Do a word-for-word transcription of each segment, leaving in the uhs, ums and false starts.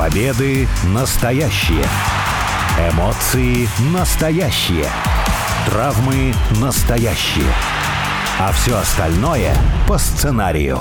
Победы настоящие. Эмоции настоящие. Травмы настоящие. А все остальное по сценарию.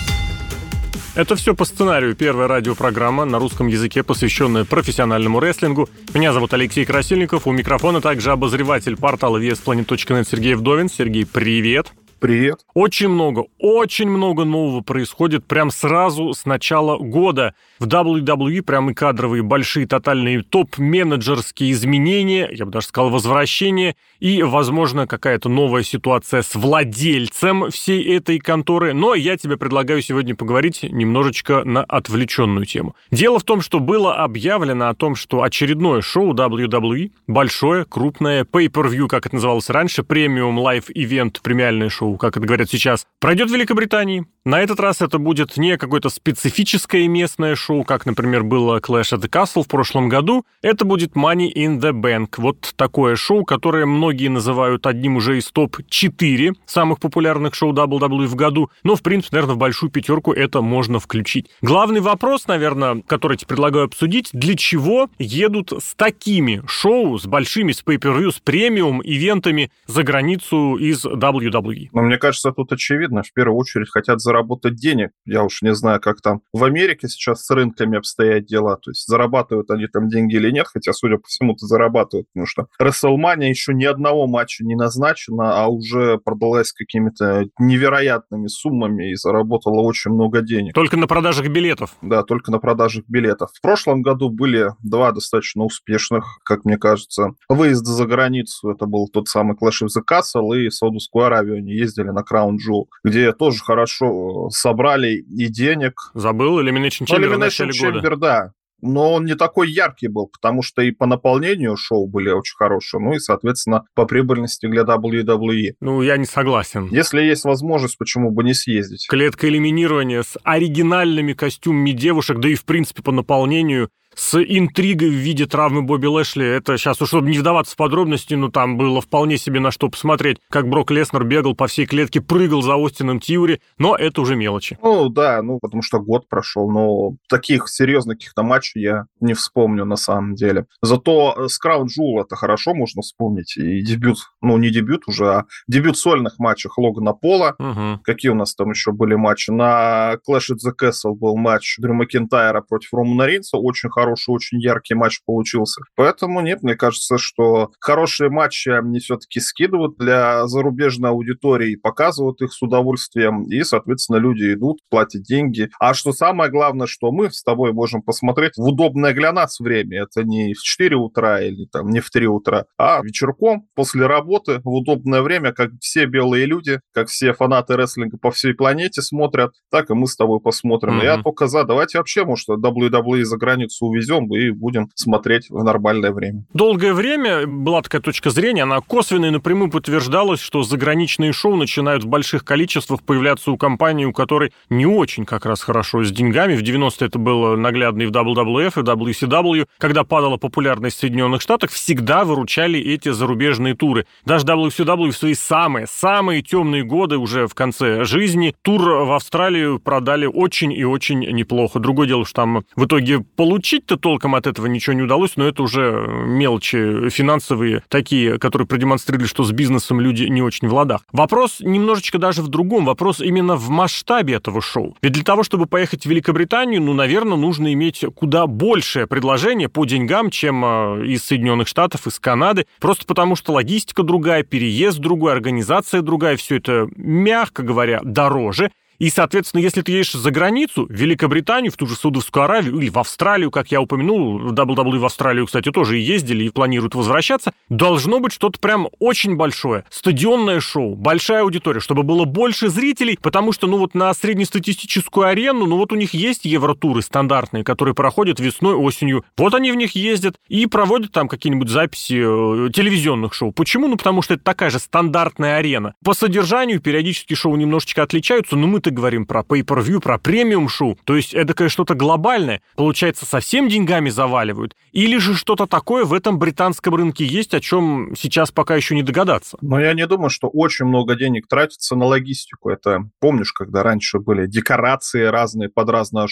Это все по сценарию. Первая радиопрограмма на русском языке, посвященная профессиональному рестлингу. Меня зовут Алексей Красильников. У микрофона также обозреватель портала ви эс планет точка нет Сергей Вдовин. Сергей, привет. Привет. Очень много, очень много нового происходит прям сразу с начала года. В дабл ю дабл ю и прям и кадровые большие тотальные топ-менеджерские изменения, я бы даже сказал возвращения, и, возможно, какая-то новая ситуация с владельцем всей этой конторы. Но я тебе предлагаю сегодня поговорить немножечко на отвлеченную тему. Дело в том, что было объявлено о том, что очередное шоу дабл ю дабл ю и, большое, крупное, pay-per-view, как это называлось раньше, премиум лайв-ивент, премиальное шоу, как это говорят сейчас, пройдет в Великобритании. На этот раз это будет не какое-то специфическое местное шоу, как, например, было Clash at the Castle в прошлом году. Это будет Money in the Bank. Вот такое шоу, которое многие называют одним уже из топ четыре самых популярных шоу дабл ю дабл ю и в году. Но, в принципе, наверное, в большую пятерку это можно включить. Главный вопрос, наверное, который я тебе предлагаю обсудить, для чего едут с такими шоу, с большими, с pay-per-view, с премиум-ивентами за границу из дабл ю дабл ю и? Но мне кажется, тут очевидно. В первую очередь хотят заработать денег. Я уж не знаю, как там в Америке сейчас с рынками обстоят дела. То есть зарабатывают они там деньги или нет, хотя, судя по всему-то, зарабатывают, потому что WrestleMania еще ни одного матча не назначено, а уже продалась какими-то невероятными суммами и заработала очень много денег. Только на продажах билетов? Да, только на продажах билетов. В прошлом году были два достаточно успешных, как мне кажется, выезда за границу. Это был тот самый Clash of the Castle и Саудовскую Аравию. Они ездили на Crown Jewel, где тоже хорошо собрали и денег. Забыл Elimination Chamber в начале года? Chamber, да. Но он не такой яркий был, потому что и по наполнению шоу были очень хорошие, ну и, соответственно, по прибыльности для дабл ю дабл ю и. Ну, я не согласен. Если есть возможность, почему бы не съездить? Клетка элиминирования с оригинальными костюмами девушек, да и, в принципе, по наполнению, с интригой в виде травмы Бобби Лэшли. Это сейчас, уж чтобы не вдаваться в подробности, но там было вполне себе на что посмотреть, как Брок Леснер бегал по всей клетке, прыгал за Остином Тьюри, но это уже мелочи. Ну, да, ну, потому что год прошел, но таких серьезных каких-то матчей я не вспомню на самом деле. Зато с Crown Jewel это хорошо можно вспомнить, и дебют, ну, не дебют уже, а дебют в сольных матчах Логана Пола. Угу. Какие у нас там еще были матчи? На Clash at the Castle был матч Дрю Макинтайра против Романа Рейнса, очень хороший. Хороший, очень яркий матч получился. Поэтому нет, мне кажется, что хорошие матчи они все-таки скидывают для зарубежной аудитории, показывают их с удовольствием, и, соответственно, люди идут, платят деньги. А что самое главное, что мы с тобой можем посмотреть в удобное для нас время. Это не в четыре утра или там не в три утра, а вечерком после работы в удобное время, как все белые люди, как все фанаты рестлинга по всей планете смотрят, так и мы с тобой посмотрим. Mm-hmm. Я только за. Давайте вообще, может, дабл ю дабл ю и за границу увезем и будем смотреть в нормальное время. Долгое время была такая точка зрения, она косвенно и напрямую подтверждалась, что заграничные шоу начинают в больших количествах появляться у компании, у которой не очень как раз хорошо с деньгами. В девяностые это было наглядно и в дабл ю дабл ю эф, и дабл ю си дабл ю. Когда падала популярность в Соединенных Штатах, всегда выручали эти зарубежные туры. Даже дабл ю си дабл ю в свои самые, самые темные годы уже в конце жизни тур в Австралию продали очень и очень неплохо. Другое дело, что там в итоге получить-то толком от этого ничего не удалось, но это уже мелочи финансовые, такие, которые продемонстрировали, что с бизнесом люди не очень в ладах. Вопрос немножечко даже в другом. Вопрос именно в масштабе этого шоу. Ведь для того, чтобы поехать в Великобританию, ну, наверное, нужно иметь куда большее предложение по деньгам, чем из Соединенных Штатов, из Канады. Просто потому, что логистика другая, переезд другой, организация другая, все это, мягко говоря, дороже. И, соответственно, если ты едешь за границу, в Великобританию, в ту же Саудовскую Аравию или в Австралию, как я упомянул, в дабл ю дабл ю и в Австралию, кстати, тоже и ездили и планируют возвращаться, должно быть что-то прям очень большое. Стадионное шоу, большая аудитория, чтобы было больше зрителей, потому что, ну вот на среднестатистическую арену, ну вот у них есть евротуры стандартные, которые проходят весной, осенью. Вот они в них ездят и проводят там какие-нибудь записи э, телевизионных шоу. Почему? Ну потому что это такая же стандартная арена. По содержанию периодически шоу немножечко отличаются, но мы мы-то говорим про pay-per-view, про премиум-шоу, то есть эдакое что-то глобальное, получается, совсем деньгами заваливают, или же что-то такое в этом британском рынке есть, о чем сейчас пока еще не догадаться? Но я не думаю, что очень много денег тратится на логистику. Это, помнишь, когда раньше были декорации разные под разное шоу?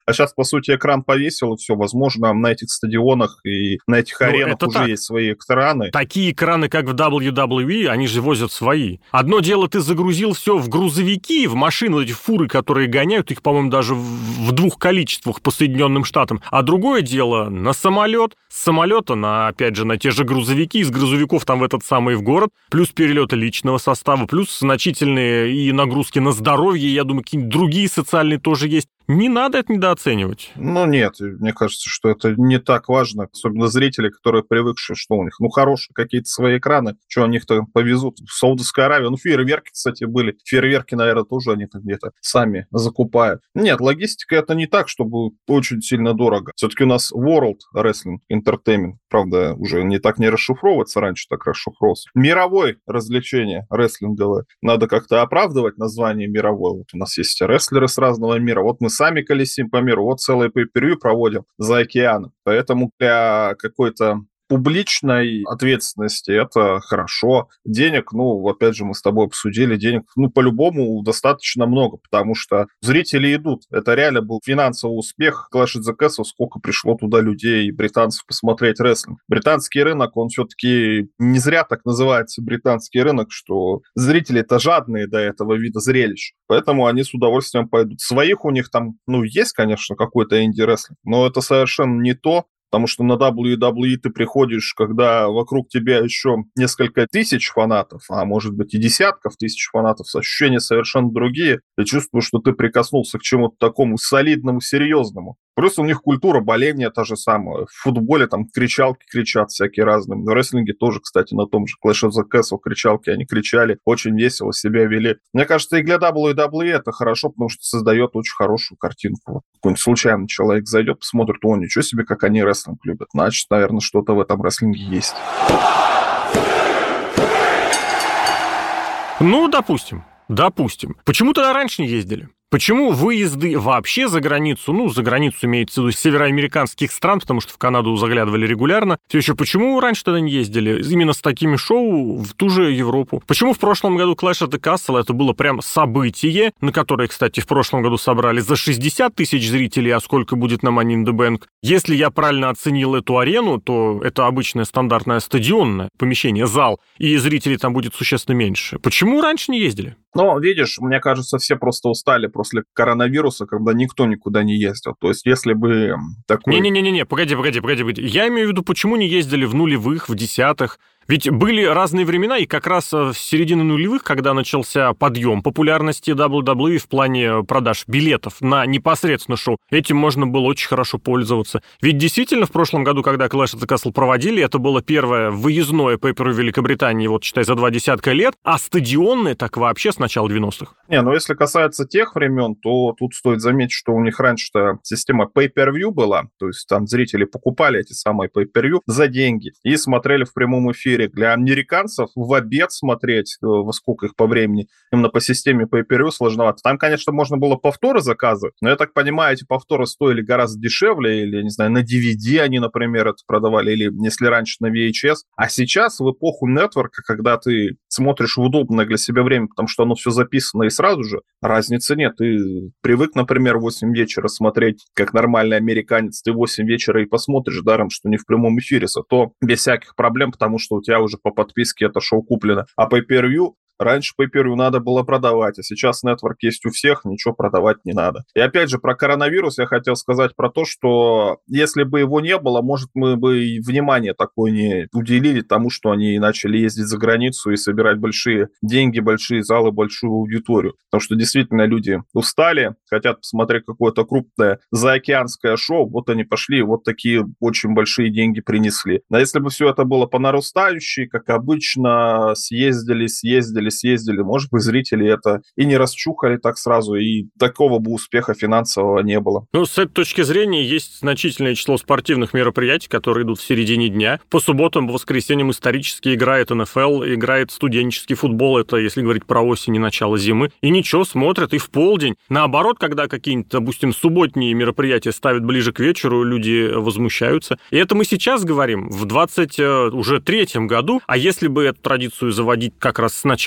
А сейчас, по сути, экран повесил, и все, возможно, на этих стадионах и на этих ну, аренах уже так. Есть свои экраны. Такие экраны, как в дабл ю дабл ю и, они же возят свои. Одно дело, ты загрузил все в грузовики, в машины, эти фуры, которые гоняют, их, по-моему, даже в двух количествах по Соединенным Штатам. А другое дело на самолет, с самолета на, опять же, на те же грузовики, из грузовиков там в этот самый в город, плюс перелеты личного состава, плюс значительные и нагрузки на здоровье, я думаю, какие-нибудь другие социальные тоже есть. Не надо это недооценивать. Ну, нет, мне кажется, что это не так важно, особенно зрители, которые привыкшие, что у них, ну, хорошие какие-то свои экраны, что они их-то повезут в Саудовскую Аравию. Ну, фейерверки, кстати, были. Фейерверки, наверное, тоже они-то где-то сами закупают. Нет, логистика это не так, чтобы очень сильно дорого. Все-таки у нас World Wrestling Entertainment, правда, уже не так не расшифровывается, раньше так расшифровывался. Мировое развлечение рестлинговое. Надо как-то оправдывать название мировое. Вот у нас есть рестлеры с разного мира. Вот мы сами колесим по миру, вот целое пей-пер-вью проводим за океаном. Поэтому для какой-то публичной ответственности это хорошо. Денег, ну, опять же, мы с тобой обсудили, денег, ну, по-любому достаточно много, потому что зрители идут. Это реально был финансовый успех Clash of the Castle, сколько пришло туда людей, британцев, посмотреть рестлинг. Британский рынок, он все-таки не зря так называется британский рынок, что зрители-то жадные до этого вида зрелищ. Поэтому они с удовольствием пойдут. Своих у них там, ну, есть, конечно, какой-то инди-рестлинг, но это совершенно не то. Потому что на дабл ю дабл ю и ты приходишь, когда вокруг тебя еще несколько тысяч фанатов, а может быть и десятков тысяч фанатов, ощущения совершенно другие. Ты чувствуешь, что ты прикоснулся к чему-то такому солидному, серьезному. Плюс у них культура боления та же самая. В футболе там кричалки кричат всякие разные. В рестлинге тоже, кстати, на том же Clash of the Castle кричалки, они кричали, очень весело себя вели. Мне кажется, и для дабл ю дабл ю и это хорошо, потому что создает очень хорошую картинку. Какой-нибудь случайный человек зайдет, посмотрит, о, ничего себе, как они рестлинг любят. Значит, наверное, что-то в этом рестлинге есть. Ну, допустим. Допустим. Почему тогда раньше не ездили? Почему выезды вообще за границу, ну, за границу имеется в виду североамериканских стран, потому что в Канаду заглядывали регулярно, все еще почему раньше тогда не ездили именно с такими шоу в ту же Европу? Почему в прошлом году Clash of the Castle это было прям событие, на которое, кстати, в прошлом году собрали за шестьдесят тысяч зрителей, а сколько будет на Money in the Bank? Если я правильно оценил эту арену, то это обычное стандартное стадионное помещение, зал, и зрителей там будет существенно меньше. Почему раньше не ездили? Ну, видишь, мне кажется, все просто устали после коронавируса, когда никто никуда не ездил. То есть, если бы такой... Не-не-не, погоди, погоди, погоди, погоди. Я имею в виду, почему не ездили в нулевых, в десятых? Ведь были разные времена, и как раз в середине нулевых, когда начался подъем популярности дабл ю дабл ю и в плане продаж билетов на непосредственно шоу, этим можно было очень хорошо пользоваться. Ведь действительно в прошлом году, когда Clash of the Castle проводили, это было первое выездное пейпер в Великобритании, вот считай, за два десятка лет, а стадионное так вообще с начала девяностых. Не, ну если касается тех времен, то тут стоит заметить, что у них раньше-то система pay-per-view была, то есть там зрители покупали эти самые pay-per-view за деньги и смотрели в прямом эфире. Для американцев в обед смотреть, во сколько их по времени, именно по системе pay-per-view сложновато. Там, конечно, можно было повторы заказывать, но я так понимаю, эти повторы стоили гораздо дешевле, или, не знаю, на ди ви ди они, например, это продавали, или если раньше на ви эйч эс. А сейчас, в эпоху нетворка, когда ты смотришь в удобное для себя время, потому что оно все записано и сразу же, разницы нет. Ты привык, например, в восемь вечера смотреть, как нормальный американец, ты в восемь вечера и посмотришь, даром, что не в прямом эфире, зато без всяких проблем, потому что у тебя уже по подписке это шоу куплено. А pay-per-view раньше pay-per-view надо было продавать, а сейчас нетворк есть у всех, ничего продавать не надо. И опять же, про коронавирус я хотел сказать про то, что если бы его не было, может, мы бы и внимание такое не уделили тому, что они начали ездить за границу и собирать большие деньги, большие залы, большую аудиторию. Потому что действительно люди устали, хотят посмотреть какое-то крупное заокеанское шоу, вот они пошли, вот такие очень большие деньги принесли. А если бы все это было по нарастающей, как обычно, съездили, съездили, съездили, может быть, зрители это и не расчухали так сразу, и такого бы успеха финансового не было. Ну, с этой точки зрения, есть значительное число спортивных мероприятий, которые идут в середине дня. По субботам, по воскресеньям исторически играет эн эф эл, играет студенческий футбол, это если говорить про осень и начало зимы. И ничего, смотрят, и в полдень. Наоборот, когда какие-нибудь, допустим, субботние мероприятия ставят ближе к вечеру, люди возмущаются. И это мы сейчас говорим, в двадцать третьем году, а если бы эту традицию заводить как раз с начала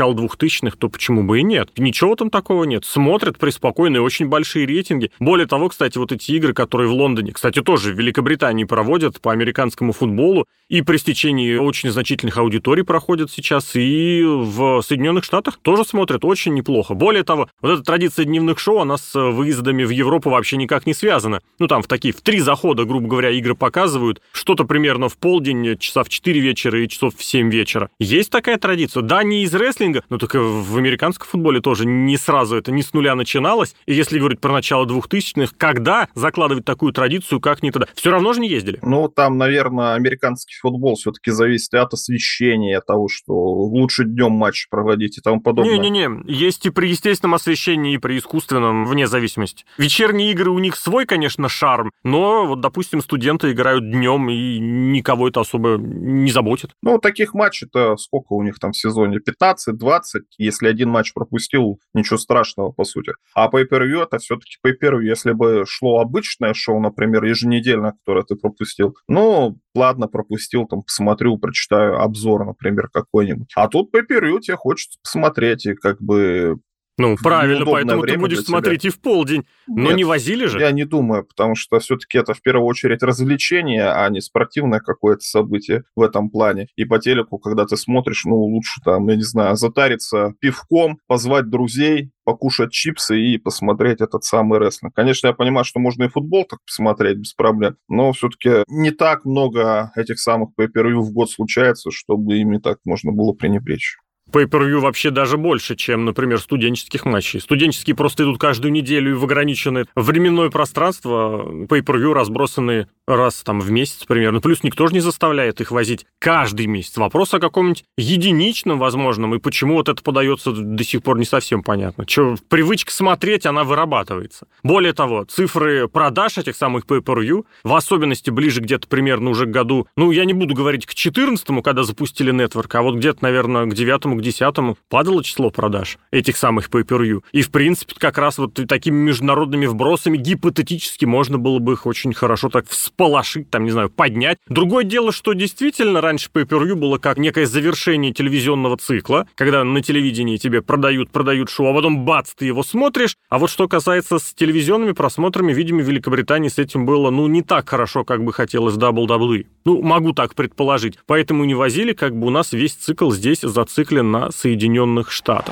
начала двухтысячных, то почему бы и нет? Ничего там такого нет. Смотрят преспокойно, очень большие рейтинги. Более того, кстати, вот эти игры, которые в Лондоне, кстати, тоже в Великобритании проводят по американскому футболу, и при стечении очень значительных аудиторий проходят сейчас, и в Соединенных Штатах тоже смотрят очень неплохо. Более того, вот эта традиция дневных шоу, она с выездами в Европу вообще никак не связана. Ну, там в такие, в три захода, грубо говоря, игры показывают. Что-то примерно в полдень, часа в четыре вечера и часов в семь вечера. Есть такая традиция. Да, не из рестлинга, но только в американском футболе тоже не сразу это, не с нуля начиналось. И если говорить про начало двухтысячных, когда закладывать такую традицию, как не тогда? Все равно же не ездили. Ну, там, наверное, американский футбол все-таки зависит от освещения, от того, что лучше днем матч проводить и тому подобное. Не-не-не, есть и при естественном освещении, и при искусственном, вне зависимости. Вечерние игры у них свой, конечно, шарм, но вот, допустим, студенты играют днем, и никого это особо не заботит. Ну, таких матчей-то сколько у них там в сезоне? пятнадцать-двадцать. Если один матч пропустил, ничего страшного, по сути. А pay-per-view это все-таки pay-per-view. Если бы шло обычное шоу, например, еженедельно, которое ты пропустил, ну, ладно, пропустил, там, посмотрю, прочитаю обзор, например, какой-нибудь. А тут pay-per-view тебе хочется посмотреть, и как бы... Ну, правильно, поэтому ты будешь смотреть и в полдень. Но Нет, не возили же? Я не думаю, потому что все-таки это в первую очередь развлечение, а не спортивное какое-то событие в этом плане. И по телеку, когда ты смотришь, ну, лучше там, я не знаю, затариться пивком, позвать друзей, покушать чипсы и посмотреть этот самый рестлинг. Конечно, я понимаю, что можно и футбол так посмотреть без проблем, но все-таки не так много этих самых pay-per-view в год случается, чтобы ими так можно было пренебречь. Pay-per-view вообще даже больше, чем, например, студенческих матчей. Студенческие просто идут каждую неделю и в ограниченное временное пространство. Pay-per-view разбросаны раз там в месяц примерно. Плюс никто же не заставляет их возить каждый месяц. Вопрос о каком-нибудь единичном возможном, и почему вот это подается до сих пор не совсем понятно. Че, привычка смотреть, она вырабатывается. Более того, цифры продаж этих самых Pay-per-view, в особенности ближе где-то примерно уже к году, ну, я не буду говорить к четырнадцатому, когда запустили Network, а вот где-то, наверное, к девятому, к десятому падало число продаж этих самых pay-per-view. И, в принципе, как раз вот такими международными вбросами гипотетически можно было бы их очень хорошо так всполошить, там, не знаю, поднять. Другое дело, что действительно раньше pay-per-view было как некое завершение телевизионного цикла, когда на телевидении тебе продают, продают шоу, а потом бац, ты его смотришь. А вот что касается с телевизионными просмотрами, видимо, в Великобритании с этим было, ну, не так хорошо, как бы хотелось дабл ю дабл ю и. Ну, могу так предположить. Поэтому не возили, как бы у нас весь цикл здесь зациклен на Соединенных Штатах.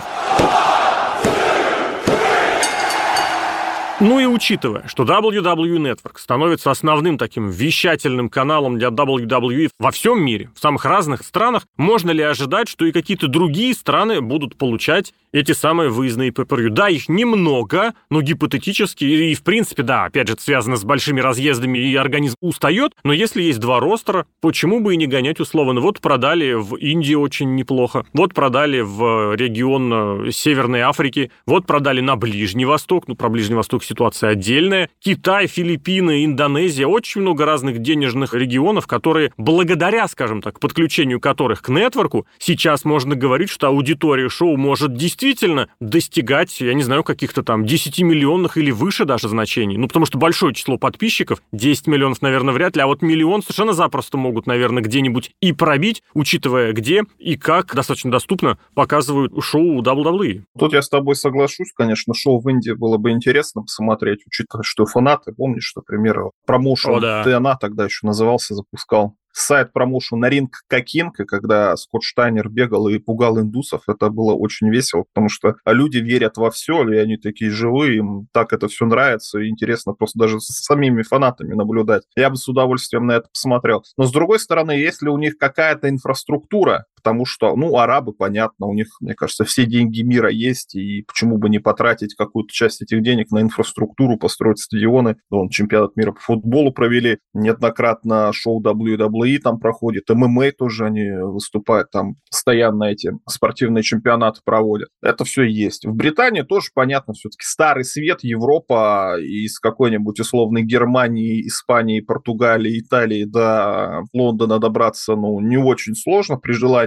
Ну и учитывая, что дабл ю дабл ю и Network становится основным таким вещательным каналом для дабл ю дабл ю и во всем мире, в самых разных странах, можно ли ожидать, что и какие-то другие страны будут получать эти самые выездные pay-per-view? Да, их немного, но гипотетически, и в принципе, да, опять же, это связано с большими разъездами, и организм устает, но если есть два ростера, почему бы и не гонять условно? Вот продали в Индии очень неплохо, вот продали в регион Северной Африки, вот продали на Ближний Восток, ну, про Ближний Восток ситуация отдельная. Китай, Филиппины, Индонезия, очень много разных денежных регионов, которые, благодаря, скажем так, подключению которых к нетворку, сейчас можно говорить, что аудитория шоу может действительно достигать, я не знаю, каких-то там десять миллионных или выше даже значений. Ну, потому что большое число подписчиков, десять миллионов, наверное, вряд ли, а вот миллион совершенно запросто могут, наверное, где-нибудь и пробить, учитывая где и как достаточно доступно показывают шоу дабл ю дабл ю и. Тут я с тобой соглашусь, конечно, шоу в Индии было бы интересно смотреть, учитывая, что фанаты, помнишь, например, промоушен да. ди эн эй тогда еще назывался, запускал сайт промоушен на ринг Кокинг, и когда Скотт Штайнер бегал и пугал индусов, это было очень весело, потому что люди верят во все, и они такие живые, им так это все нравится, и интересно просто даже с самими фанатами наблюдать. Я бы с удовольствием на это посмотрел. Но с другой стороны, если у них какая-то инфраструктура, потому что, ну, арабы, понятно, у них, мне кажется, все деньги мира есть, и почему бы не потратить какую-то часть этих денег на инфраструктуру, построить стадионы. Вон, чемпионат мира по футболу провели, неоднократно шоу дабл ю дабл ю и там проходит, эм эм а тоже они выступают, там постоянно эти спортивные чемпионаты проводят. Это все есть. В Британии тоже, понятно, все-таки старый свет, Европа, из какой-нибудь условной Германии, Испании, Португалии, Италии до Лондона добраться, ну, не очень сложно при желании.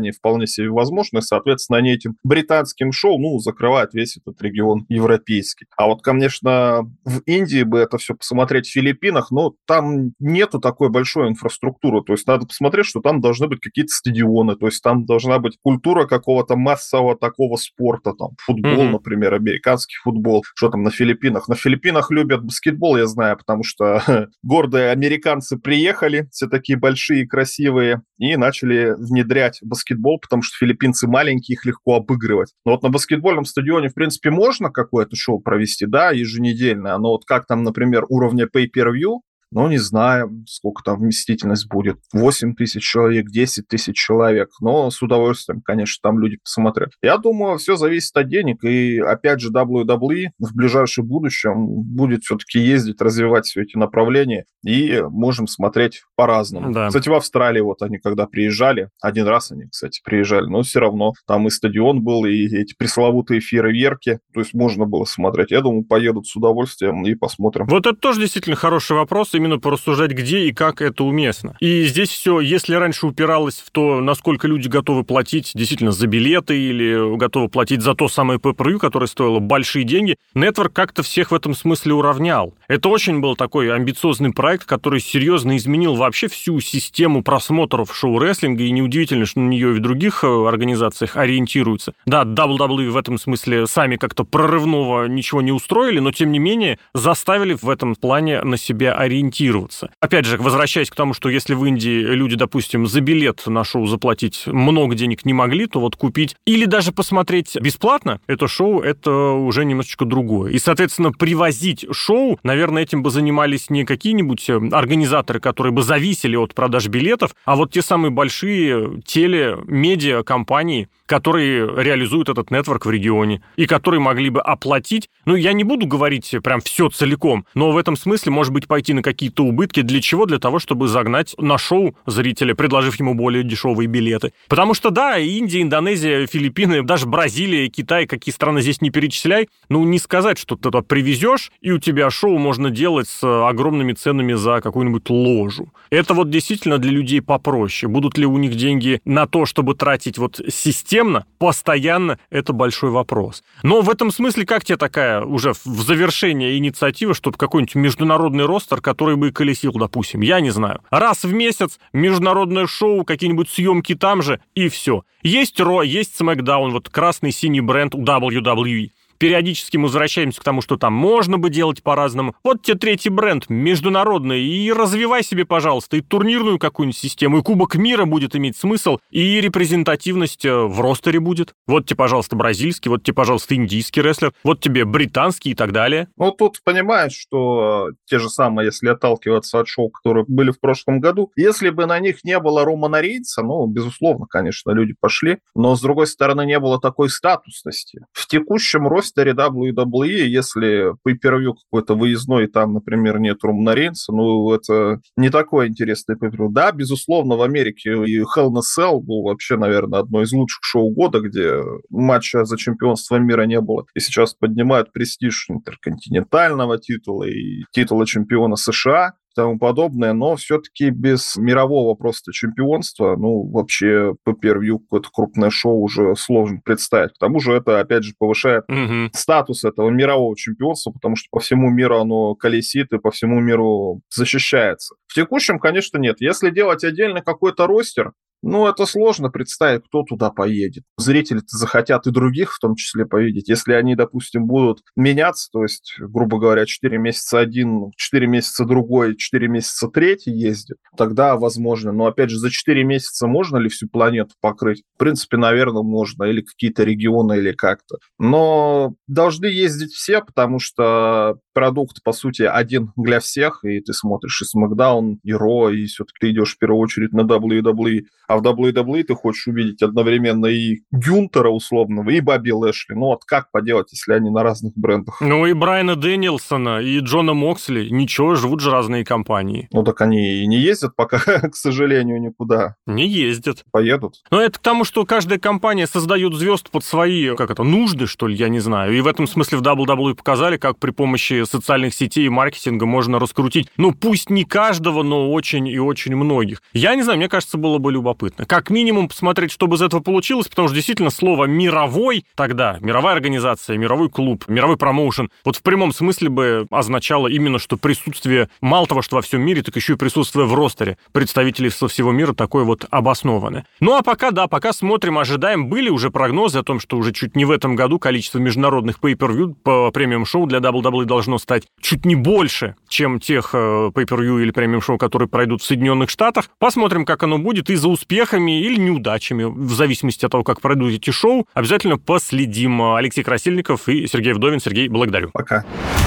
вполне, вполне себе возможно, и, соответственно, они этим британским шоу, ну, закрывают весь этот регион европейский. А вот, конечно, в Индии бы это все посмотреть, в Филиппинах, но там нету такой большой инфраструктуры, то есть надо посмотреть, что там должны быть какие-то стадионы, то есть там должна быть культура какого-то массового такого спорта, там, футбол, mm-hmm. например, американский футбол, что там на Филиппинах. На Филиппинах любят баскетбол, я знаю, потому что гордые американцы приехали, все такие большие, красивые, и начали внедрять баскетбол, потому что филиппинцы маленькие, их легко обыгрывать. Но вот на баскетбольном стадионе, в принципе, можно какое-то шоу провести, да, еженедельное, но вот как там, например, уровня pay-per-view, ну, не знаю, сколько там вместительность будет. восемь тысяч человек, десять тысяч человек. Но с удовольствием, конечно, там люди посмотрят. Я думаю, все зависит от денег. И, опять же, дабл ю дабл ю и в ближайшем будущем будет все-таки ездить, развивать все эти направления. И можем смотреть по-разному. Да. Кстати, в Австралии вот они когда приезжали, один раз они, кстати, приезжали, но все равно там и стадион был, и эти пресловутые фейерверки. То есть можно было смотреть. Я думаю, поедут с удовольствием и посмотрим. Вот это тоже действительно хороший вопрос. Именно порассуждать, где и как это уместно. И здесь все, если раньше упиралось в то, насколько люди готовы платить действительно за билеты или готовы платить за то самое pay-per-view, которое стоило большие деньги, Network как-то всех в этом смысле уравнял. Это очень был такой амбициозный проект, который серьезно изменил вообще всю систему просмотров шоу-рестлинга, и неудивительно, что на нее и в других организациях ориентируются. Да, дабл ю дабл ю и в этом смысле сами как-то прорывного ничего не устроили, но тем не менее заставили в этом плане на себя ориентироваться. Опять же, возвращаясь к тому, что если в Индии люди, допустим, за билет на шоу заплатить много денег не могли, то вот купить или даже посмотреть бесплатно это шоу, это уже немножечко другое. И, соответственно, привозить шоу, наверное, этим бы занимались не какие-нибудь организаторы, которые бы зависели от продаж билетов, а вот те самые большие теле-медиа-компании, которые реализуют этот нетворк в регионе и которые могли бы оплатить, ну, я не буду говорить прям все целиком, но в этом смысле, может быть, пойти на какие-то убытки. Для чего? Для того, чтобы загнать на шоу зрителя, предложив ему более дешевые билеты. Потому что, да, Индия, Индонезия, Филиппины, даже Бразилия, Китай, какие страны здесь не перечисляй, ну, не сказать, что ты туда привезешь, и у тебя шоу можно делать с огромными ценами за какую-нибудь ложу. Это вот действительно для людей попроще. Будут ли у них деньги на то, чтобы тратить вот системно, постоянно, это большой вопрос. Но в этом смысле, как тебе такая уже в завершение инициатива, чтобы какой-нибудь международный ростер, который бы колесил, допустим, я не знаю, раз в месяц международное шоу, какие-нибудь съемки там же, и все. Есть Ро, есть SmackDown, вот красный-синий бренд у дабл ю дабл ю и. Периодически мы возвращаемся к тому, что там можно бы делать по-разному. Вот тебе третий бренд, международный, и развивай себе, пожалуйста, и турнирную какую-нибудь систему, и Кубок мира будет иметь смысл, и репрезентативность в ростере будет. Вот тебе, пожалуйста, бразильский, вот тебе, пожалуйста, индийский рестлер, вот тебе британский и так далее. Ну, тут понимаешь, что те же самые, если отталкиваться от шоу, которые были в прошлом году, если бы на них не было Романа Рейнса, ну, безусловно, конечно, люди пошли, но, с другой стороны, не было такой статусности. В текущем ростере дабл ю дабл ю и, если pay-per-view какой-то выездной, там, например, нет Романа Рейнса, ну, это не такой интересный pay-per-view. Да, безусловно, в Америке и Hell in a Cell был вообще, наверное, одно из лучших шоу года, где матча за чемпионство мира не было. И сейчас поднимают престиж интерконтинентального титула и титула чемпиона США и тому подобное, но все-таки без мирового просто чемпионства, ну, вообще pay-per-view, какое-то крупное шоу уже сложно представить. К тому же это, опять же, повышает mm-hmm. статус этого мирового чемпионства, потому что по всему миру оно колесит и по всему миру защищается. В текущем, конечно, нет. Если делать отдельно какой-то ростер, ну, это сложно представить, кто туда поедет. Зрители-то захотят и других в том числе повидеть. Если они, допустим, будут меняться, то есть, грубо говоря, четыре месяца один, четыре месяца другой, четыре месяца третий ездит, тогда возможно. Но, опять же, за четыре месяца можно ли всю планету покрыть? В принципе, наверное, можно. Или какие-то регионы, или как-то. Но должны ездить все, потому что продукт, по сути, один для всех, и ты смотришь и SmackDown, и Raw, и все-таки ты идешь в первую очередь на дабл ю дабл ю и, а в дабл ю дабл ю и ты хочешь увидеть одновременно и Гюнтера условного, и Бобби Лэшли. Ну вот как поделать, если они на разных брендах? Ну и Брайана Дэнилсона, и Джона Моксли. Ничего, живут же разные компании. Ну так они и не ездят пока, к сожалению, никуда. Не ездят. Поедут. Но это к тому, что каждая компания создает звезд под свои, как это, нужды, что ли, я не знаю. И в этом смысле в дабл ю дабл ю и показали, как при помощи социальных сетей и маркетинга можно раскрутить, ну пусть не каждого, но очень и очень многих. Я не знаю, мне кажется, было бы любопытно. любопытно. Как минимум посмотреть, что бы из этого получилось, потому что действительно слово «мировой» тогда, мировая организация, мировой клуб, мировой промоушен, вот в прямом смысле бы означало именно, что присутствие, мало того, что во всем мире, так еще и присутствие в ростере представителей со всего мира такое вот обоснованное. Ну а пока, да, пока смотрим, ожидаем. Были уже прогнозы о том, что уже чуть не в этом году количество международных pay-per-view по премиум-шоу для дабл ю дабл ю и должно стать чуть не больше, чем тех э, pay-per-view или премиум-шоу, которые пройдут в Соединенных Штатах. Посмотрим, как оно будет, и за успехами или неудачами, в зависимости от того, как пройдут эти шоу. Обязательно последим. Алексей Красильников и Сергей Вдовин. Сергей, благодарю. Пока.